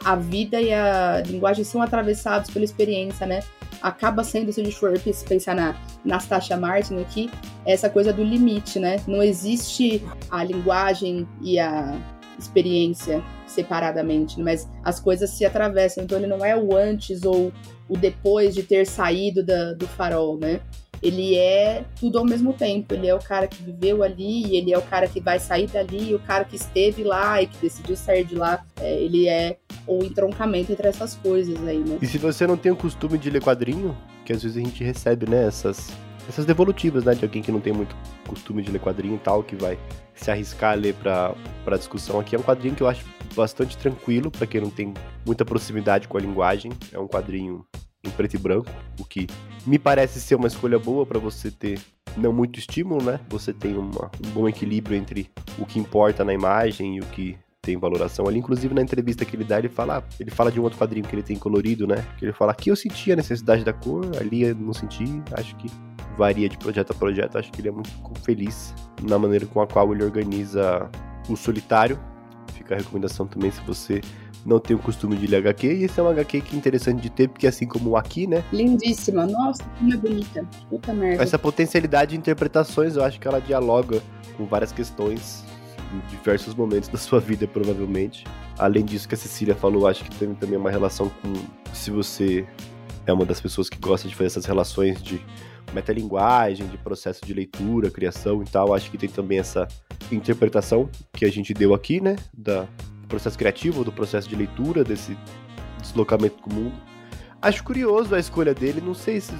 a vida e a linguagem são atravessados pela experiência, né? Acaba sendo, se a gente for pensar na Nastasia Martin aqui, essa coisa do limite, né? Não existe a linguagem e a experiência separadamente, mas as coisas se atravessam. Então ele não é o antes ou o depois de ter saído do farol, né? Ele é tudo ao mesmo tempo. Ele é o cara que viveu ali, e ele é o cara que vai sair dali, e o cara que esteve lá e que decidiu sair de lá. Ele é o entroncamento entre essas coisas aí, né? E se você não tem o costume de ler quadrinho, que às vezes a gente recebe, né, essas devolutivas, né, de alguém que não tem muito costume de ler quadrinho e tal, que vai se arriscar a ler pra discussão aqui. É um quadrinho que eu acho bastante tranquilo, pra quem não tem muita proximidade com a linguagem. É um quadrinho em preto e branco, o que me parece ser uma escolha boa pra você ter não muito estímulo, né? Você tem um bom equilíbrio entre o que importa na imagem e o que tem valoração ali. Inclusive, na entrevista que ele dá, ele fala de um outro quadrinho que ele tem colorido, né? Que ele fala, aqui eu senti a necessidade da cor, ali eu não senti. Acho que varia de projeto a projeto. Acho que ele é muito feliz na maneira com a qual ele organiza o Solitário. Fica a recomendação também se você não tem o costume de ler HQ, e esse é um HQ que é interessante de ter, porque assim como o Aqui, né? Lindíssima, nossa, como é bonita, puta merda. Essa potencialidade de interpretações, eu acho que ela dialoga com várias questões em diversos momentos da sua vida, provavelmente. Além disso que a Cecília falou, acho que tem também uma relação com, se você é uma das pessoas que gosta de fazer essas relações de metalinguagem, de processo de leitura, criação e tal, acho que tem também essa interpretação que a gente deu aqui, né? Do processo criativo, do processo de leitura, desse deslocamento com o mundo. Acho curioso a escolha dele, não sei se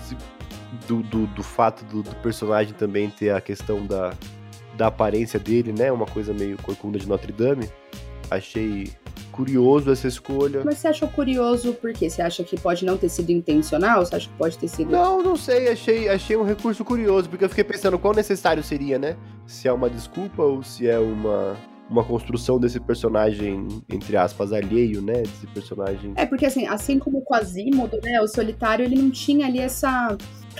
do fato do personagem também ter a questão da aparência dele, né? Uma coisa meio corcunda de Notre Dame. Achei curioso essa escolha. Mas você achou curioso por quê? Você acha que pode não ter sido intencional? Você acha que pode ter sido... Não sei. Achei um recurso curioso, porque eu fiquei pensando quão necessário seria, né? Se é uma desculpa ou se é uma construção desse personagem, entre aspas, alheio, né? Desse personagem... porque assim como o Quasimodo, né? O Solitário, ele não tinha ali essa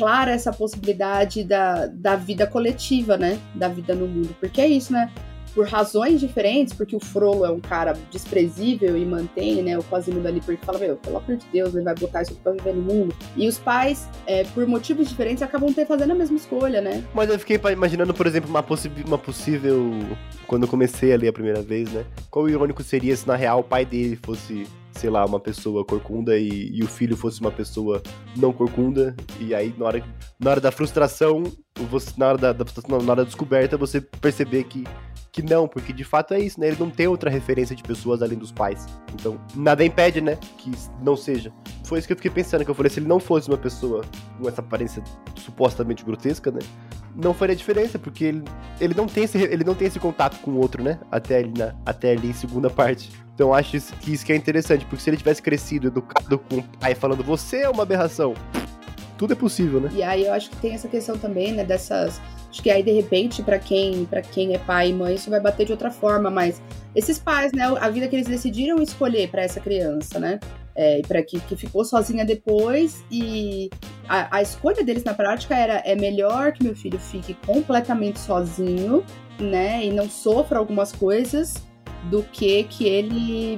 possibilidade da vida coletiva, né? Da vida no mundo. Porque é isso, né? Por razões diferentes, porque o Frollo é um cara desprezível e mantém, né, o Quasimodo ali, porque fala, pelo amor de Deus, ele vai botar isso aqui pra viver no mundo. E os pais, por motivos diferentes, acabam fazendo a mesma escolha, né? Mas eu fiquei imaginando, por exemplo, uma possível... Quando eu comecei a ler a primeira vez, né? Qual irônico seria se, na real, o pai dele fosse, sei lá, uma pessoa corcunda e o filho fosse uma pessoa não corcunda, e aí, na hora da frustração, na hora da descoberta, você perceber que não, porque de fato é isso, né? Ele não tem outra referência de pessoas além dos pais. Então, nada impede, né? Que não seja. Foi isso que eu fiquei pensando, que eu falei, se ele não fosse uma pessoa com essa aparência supostamente grotesca, né? Não faria diferença, porque ele não tem esse contato com o outro, né? Até ali em segunda parte. Então, eu acho que isso que é interessante, porque se ele tivesse crescido, educado com o pai, falando, você é uma aberração, tudo é possível, né? E aí eu acho que tem essa questão também, né, acho que aí, de repente, pra quem é pai e mãe, isso vai bater de outra forma, mas esses pais, né, a vida que eles decidiram escolher pra essa criança, né, para que ficou sozinha depois, e a escolha deles na prática é melhor que meu filho fique completamente sozinho, né, e não sofra algumas coisas, do que ele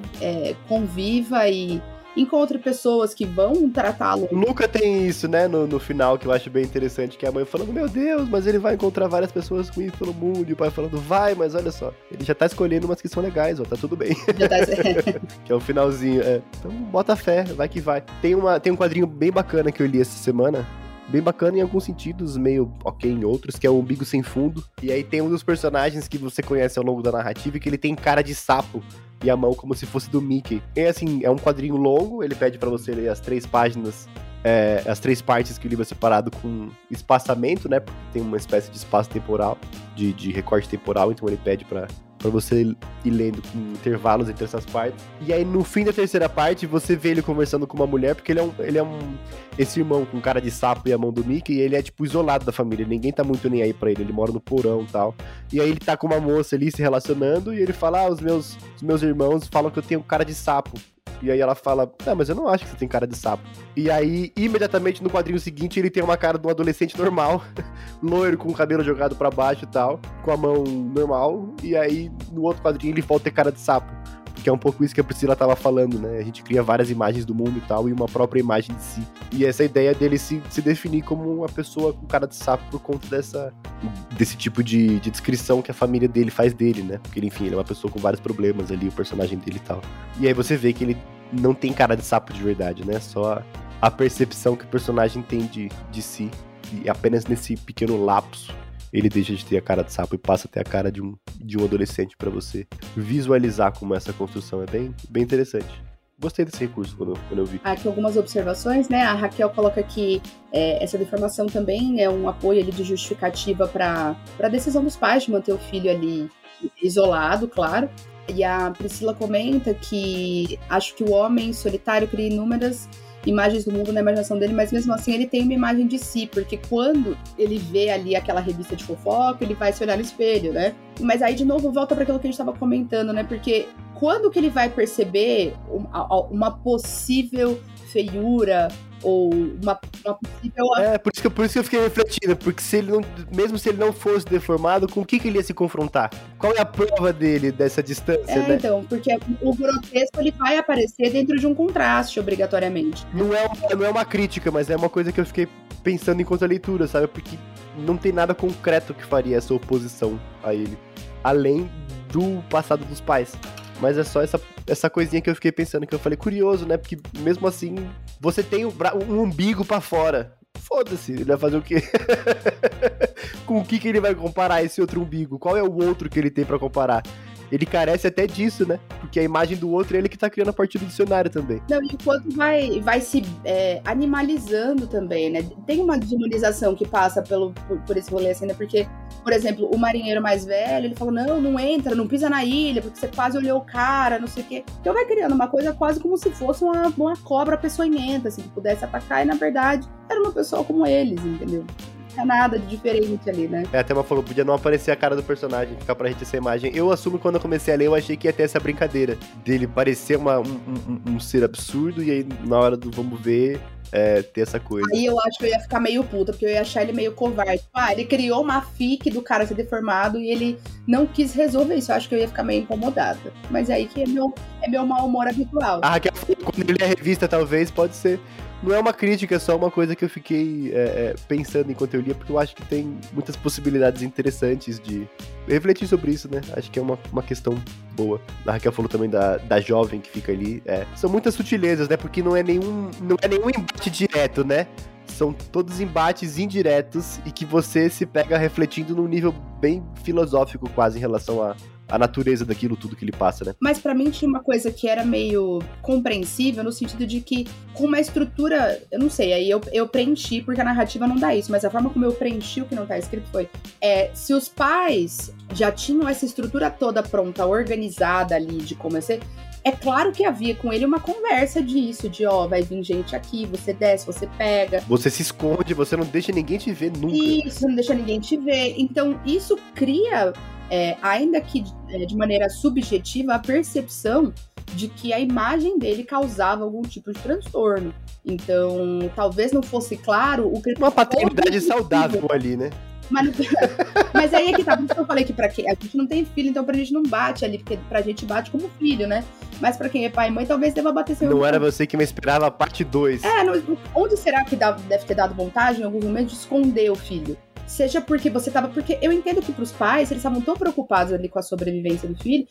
conviva e encontre pessoas que vão tratá-lo. Nunca tem isso, né, no final, que eu acho bem interessante, que é a mãe falando, meu Deus, mas ele vai encontrar várias pessoas ruins pelo mundo, e o pai falando, vai, mas olha só, ele já tá escolhendo umas que são legais, ó, tá tudo bem. Já tá... Que é o finalzinho, Então, bota fé, vai que vai. Tem um quadrinho bem bacana que eu li essa semana, bem bacana em alguns sentidos, meio ok em outros, que é o Umbigo Sem Fundo. E aí tem um dos personagens que você conhece ao longo da narrativa, que ele tem cara de sapo e a mão como se fosse do Mickey. E assim, é um quadrinho longo, ele pede pra você ler as 3 páginas, as 3 partes que o livro é separado com espaçamento, né, porque tem uma espécie de espaço temporal, de recorte temporal, então ele pede pra você ir lendo com intervalos entre essas partes. E aí, no fim da 3ª parte, você vê ele conversando com uma mulher, porque ele é esse irmão com cara de sapo e a mão do Mickey, e ele é, tipo, isolado da família. Ninguém tá muito nem aí pra ele mora no porão e tal. E aí ele tá com uma moça ali se relacionando, e ele fala, os meus irmãos falam que eu tenho cara de sapo. E aí ela fala, mas eu não acho que você tem cara de sapo. E aí, imediatamente no quadrinho seguinte, ele tem uma cara de um adolescente normal, loiro, com o cabelo jogado pra baixo e tal, com a mão normal. E aí, no outro quadrinho, ele volta a ter cara de sapo. Que é um pouco isso que a Priscila tava falando, né? A gente cria várias imagens do mundo e tal, e uma própria imagem de si. E essa ideia dele se definir como uma pessoa com cara de sapo por conta desse tipo de descrição que a família dele faz dele, né? Porque, enfim, ele é uma pessoa com vários problemas ali, o personagem dele e tal. E aí você vê que ele não tem cara de sapo de verdade, né? Só a percepção que o personagem tem de si. E apenas nesse pequeno lapso ele deixa de ter a cara de sapo e passa a ter a cara de um adolescente pra você visualizar como essa construção é bem interessante. Gostei desse recurso quando eu vi. Aqui algumas observações, né? A Raquel coloca que essa deformação também é um apoio ali de justificativa para a decisão dos pais de manter o filho ali isolado, claro. E a Priscila comenta que acho que o homem solitário cria inúmeras imagens do mundo na imaginação dele, mas mesmo assim ele tem uma imagem de si, porque quando ele vê ali aquela revista de fofoca, ele vai se olhar no espelho, né? Mas aí, de novo, volta para aquilo que a gente estava comentando, né? Porque quando que ele vai perceber uma possível feiura ou uma possível... Por isso que eu fiquei refletindo, porque mesmo se ele não fosse deformado, com o que ele ia se confrontar? Qual é a prova dele dessa distância, né? Então, porque o grotesco ele vai aparecer dentro de um contraste, obrigatoriamente. Não é uma crítica, mas é uma coisa que eu fiquei pensando enquanto a leitura, sabe? Porque não tem nada concreto que faria essa oposição a ele, além do passado dos pais. Mas é só essa coisinha que eu fiquei pensando, que eu falei, curioso, né? Porque mesmo assim, você tem um umbigo pra fora. Foda-se, ele vai fazer o quê? Com o que ele vai comparar esse outro umbigo? Qual é o outro que ele tem pra comparar? Ele carece até disso, né? Porque a imagem do outro é ele que tá criando a partir do dicionário também. Não, e enquanto vai se animalizando também, né? Tem uma desumanização que passa por esse rolê, assim, né? Porque, por exemplo, o marinheiro mais velho, ele falou, não entra, não pisa na ilha, porque você quase olhou o cara, não sei o quê. Então vai criando uma coisa quase como se fosse uma cobra peçonhenta, assim, que pudesse atacar, e na verdade era uma pessoa como eles, entendeu? Nada de diferente ali, né? Até uma falou, podia não aparecer a cara do personagem, ficar pra gente essa imagem. Eu assumo que quando eu comecei a ler, eu achei que ia ter essa brincadeira dele parecer um ser absurdo, e aí na hora do vamos ver, ter essa coisa. Aí eu acho que eu ia ficar meio puta, porque eu ia achar ele meio covarde. Ele criou uma fic do cara ser deformado e ele não quis resolver isso. Eu acho que eu ia ficar meio incomodada. Mas aí que é meu mau humor habitual. A Raquel falou, quando ele lê a revista, talvez, pode ser. Não é uma crítica, é só uma coisa que eu fiquei pensando enquanto eu lia, porque eu acho que tem muitas possibilidades interessantes de refletir sobre isso, né? Acho que é uma questão boa. A Raquel falou também da jovem que fica ali. São muitas sutilezas, né? Porque não é nenhum embate direto, né? São todos embates indiretos e que você se pega refletindo num nível bem filosófico quase em relação a natureza daquilo tudo que ele passa, né? Mas pra mim tinha uma coisa que era meio compreensível, no sentido de que com uma estrutura, eu não sei, aí eu preenchi, porque a narrativa não dá isso, mas a forma como eu preenchi o que não tá escrito foi, se os pais já tinham essa estrutura toda pronta, organizada ali, de como ser, é claro que havia com ele uma conversa disso, de vai vir gente aqui, você desce, você pega. Você se esconde, você não deixa ninguém te ver nunca. Isso, você não deixa ninguém te ver. Então isso cria... ainda que de maneira subjetiva, a percepção de que a imagem dele causava algum tipo de transtorno. Então, talvez não fosse claro o que... Uma paternidade saudável ali, né? Mas aí é que tá, por isso que eu falei que a gente não tem filho, então pra gente não bate ali, porque pra gente bate como filho, né? Mas pra quem é pai e mãe, talvez deva bater sem Não era você que me esperava a parte 2. Onde será que deve ter dado vontade, em alguns momentos, de esconder o filho? Seja porque você tava... Porque eu entendo que pros pais, eles estavam tão preocupados ali com a sobrevivência do filho,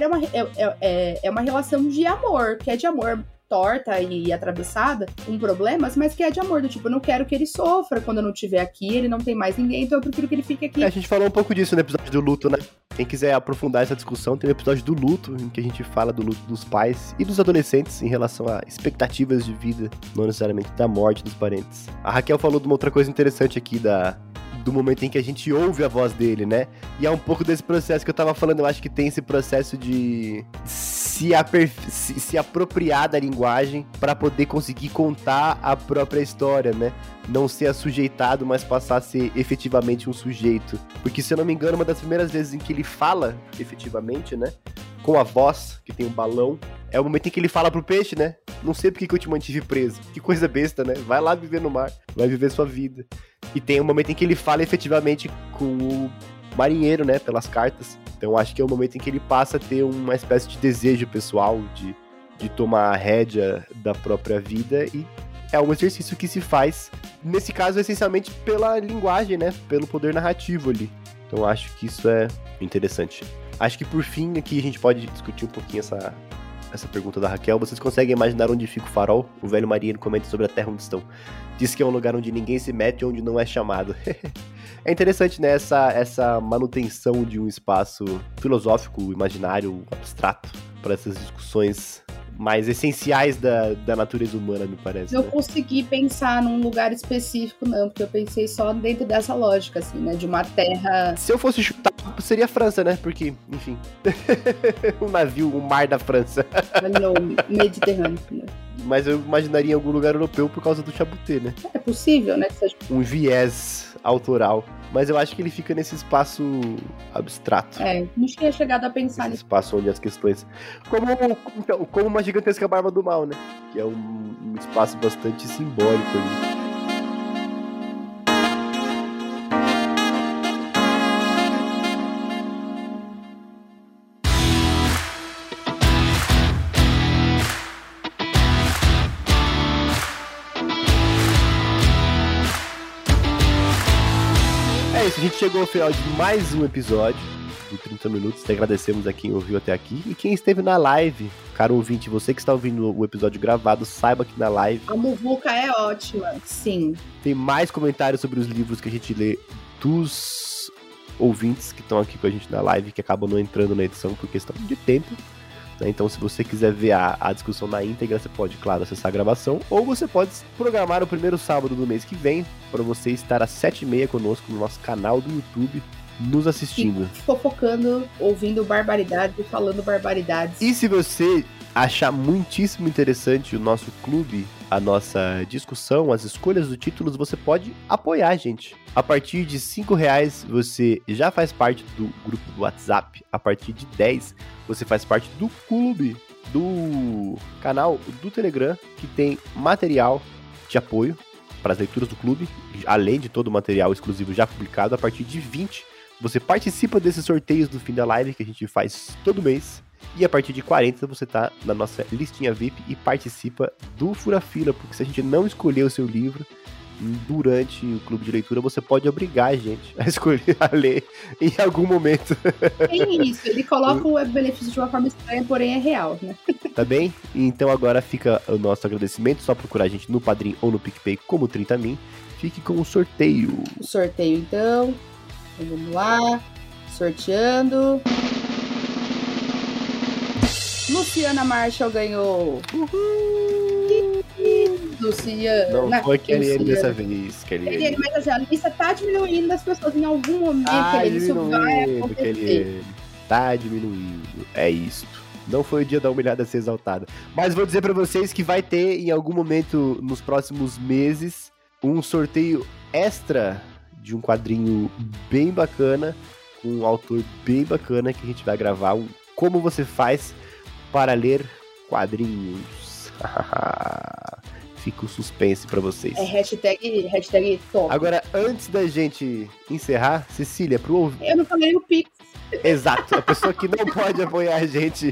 é uma relação de amor, que é de amor torta e atravessada, com problemas, mas que é de amor, do tipo, eu não quero que ele sofra quando eu não estiver aqui, ele não tem mais ninguém, então eu prefiro que ele fique aqui. A gente falou um pouco disso no episódio do luto, né? Quem quiser aprofundar essa discussão, tem o episódio do luto, em que a gente fala do luto dos pais e dos adolescentes em relação a expectativas de vida, não necessariamente da morte dos parentes. A Raquel falou de uma outra coisa interessante aqui do momento em que a gente ouve a voz dele, né? E é um pouco desse processo que eu tava falando, eu acho que tem esse processo de se apropriar da linguagem para poder conseguir contar a própria história, né? Não ser assujeitado, mas passar a ser efetivamente um sujeito. Porque, se eu não me engano, uma das primeiras vezes em que ele fala efetivamente, né? Com a voz, que tem um balão, é o momento em que ele fala pro peixe, né? Não sei porque que eu te mantive preso. Que coisa besta, né? Vai lá viver no mar, vai viver sua vida. E tem um momento em que ele fala efetivamente com marinheiro, né, pelas cartas. Então acho que é o momento em que ele passa a ter uma espécie de desejo pessoal de tomar a rédea da própria vida, e é um exercício que se faz, nesse caso, essencialmente pela linguagem, né, pelo poder narrativo ali. Então acho que isso é interessante. Acho que por fim aqui a gente pode discutir um pouquinho essa pergunta da Raquel. Vocês conseguem imaginar onde fica o farol? O velho marinheiro comenta sobre a terra onde estão. Diz que é um lugar onde ninguém se mete, onde não é chamado. É interessante, né, essa manutenção de um espaço filosófico, imaginário, abstrato, para essas discussões mais essenciais da natureza humana, me parece. Não né? consegui pensar num lugar específico, não, porque eu pensei só dentro dessa lógica, assim, né, de uma terra... Se eu fosse chutar, seria a França, né, porque, enfim, um navio, o mar da França. No Mediterrâneo, né? Mas eu imaginaria em algum lugar europeu por causa do Chaboté, né? É possível, né, que seja... Um viés autoral. Mas eu acho que ele fica nesse espaço abstrato. Não tinha chegado a pensar Esse nisso. espaço onde as questões... Como uma gigantesca barba do mal, né? Que é um espaço bastante simbólico ali. A gente chegou ao final de mais um episódio do 30 Minutos. Agradecemos a quem ouviu até aqui e quem esteve na live. Caro ouvinte, você que está ouvindo o episódio gravado, saiba que na live... A muvuca é ótima, sim. Tem mais comentários sobre os livros que a gente lê dos ouvintes que estão aqui com a gente na live, que acabam não entrando na edição por questão de tempo. Então, se você quiser ver a discussão na íntegra, você pode, claro, acessar a gravação, ou você pode programar o primeiro sábado do mês que vem, para você estar às 7h30 conosco no nosso canal do YouTube, nos assistindo. E fofocando, ouvindo barbaridades e falando barbaridades. E se você achar muitíssimo interessante o nosso clube, a nossa discussão, as escolhas dos títulos, você pode apoiar a gente. A partir de R$5 você já faz parte do grupo do WhatsApp. A partir de 10 você faz parte do clube, do canal do Telegram, que tem material de apoio para as leituras do clube, além de todo o material exclusivo já publicado. A partir de 20 você participa desses sorteios do fim da live que a gente faz todo mês. E a partir de 40 você tá na nossa listinha VIP e participa do Fura Fila, porque se a gente não escolher o seu livro durante o clube de leitura, você pode obrigar a gente a escolher, a ler em algum momento. É isso, ele coloca o benefício de uma forma estranha, porém é real, né? Tá bem? Então agora fica o nosso agradecimento, só procurar a gente no Padrim ou no PicPay como 30min. Fique com o sorteio. O sorteio, então vamos lá, sorteando. Luciana Marshall ganhou. Uhul! Luciana. Não foi Kelly dessa vez, Kelly. Mas assim, a lista tá diminuindo das pessoas em algum momento. Isso vai acontecer. Kelly. Tá diminuindo. É isso. Não foi o dia da humilhada ser exaltada. Mas vou dizer pra vocês que vai ter em algum momento nos próximos meses um sorteio extra de um quadrinho bem bacana, com um autor bem bacana, que a gente vai gravar um Como Você Faz para Ler Quadrinhos. Fica o suspense pra vocês. É hashtag top. Agora, antes da gente encerrar, Cecília, pro ouvinte. Eu não falei o Pix. Exato, a pessoa que não pode apoiar a gente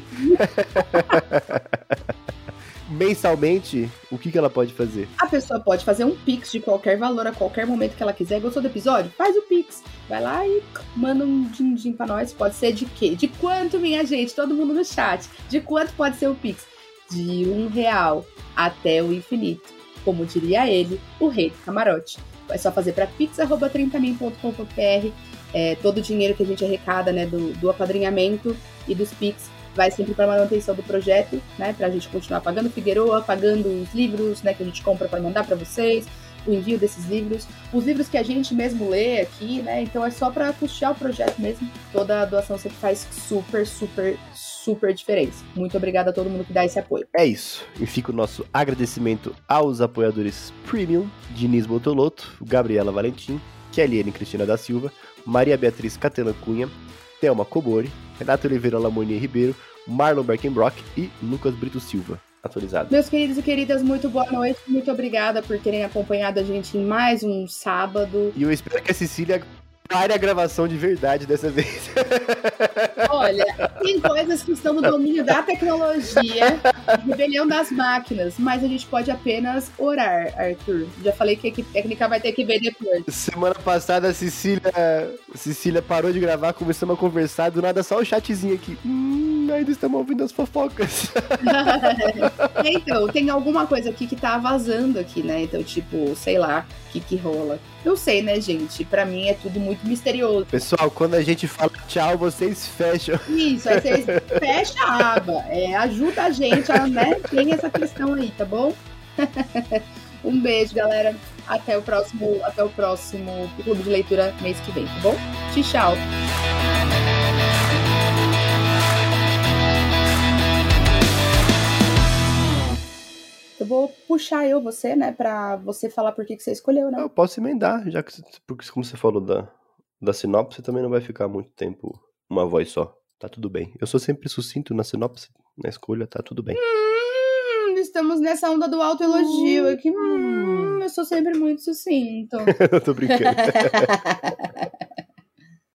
mensalmente, o que ela pode fazer? A pessoa pode fazer um Pix de qualquer valor a qualquer momento que ela quiser. Gostou do episódio? Faz o Pix. Vai lá e manda um din-din pra nós. Pode ser de quê? De quanto, minha gente? Todo mundo no chat. De quanto pode ser o Pix? De R$1 até o infinito. Como diria ele, o rei do camarote. É só fazer para pix@30min.com.br. Todo o dinheiro que a gente arrecada, né, do apadrinhamento e dos Pix vai sempre para manutenção do projeto, né, pra gente continuar pagando Figueroa, pagando os livros, né, que a gente compra para mandar para vocês, o envio desses livros, os livros que a gente mesmo lê aqui, né, então é só para custear o projeto mesmo. Toda a doação sempre faz super diferença. Muito obrigada a todo mundo que dá esse apoio. É isso. E fica o nosso agradecimento aos apoiadores Premium, Diniz Botolotto, Gabriela Valentim, Kelly Cristina da Silva, Maria Beatriz Catena Cunha, Thelma Cobori, Renato Oliveira Lamonier Ribeiro, Marlon Berkenbrock e Lucas Brito Silva. Atualizado. Meus queridos e queridas, muito boa noite. Muito obrigada por terem acompanhado a gente em mais um sábado. E eu espero que a Cecília Pare a gravação de verdade dessa vez. Olha, tem coisas que estão no domínio da tecnologia, rebelião das máquinas, mas a gente pode apenas orar, Arthur. Já falei que a equipe técnica vai ter que ver depois. Semana passada a Cecília parou de gravar, começamos a conversar, do nada só o chatzinho aqui. Ainda estamos ouvindo as fofocas. Então, tem alguma coisa aqui que tá vazando aqui, né? Então, tipo, sei lá, o que rola. Não sei, né, gente? Pra mim é tudo muito misterioso. Pessoal, quando a gente fala tchau, vocês fecham. Isso, aí vocês fecham a aba. Ajuda a gente, né? Tem essa questão aí, tá bom? Um beijo, galera. Até o próximo Clube de Leitura mês que vem, tá bom? Tchau. Eu vou puxar você, né, pra você falar por que você escolheu, né? Eu posso emendar, já que, porque como você falou da sinopse, também não vai ficar muito tempo uma voz só. Tá tudo bem. Eu sou sempre sucinto na sinopse, na escolha, tá tudo bem. Estamos nessa onda do autoelogio aqui. Eu sou sempre muito sucinto. Eu tô brincando.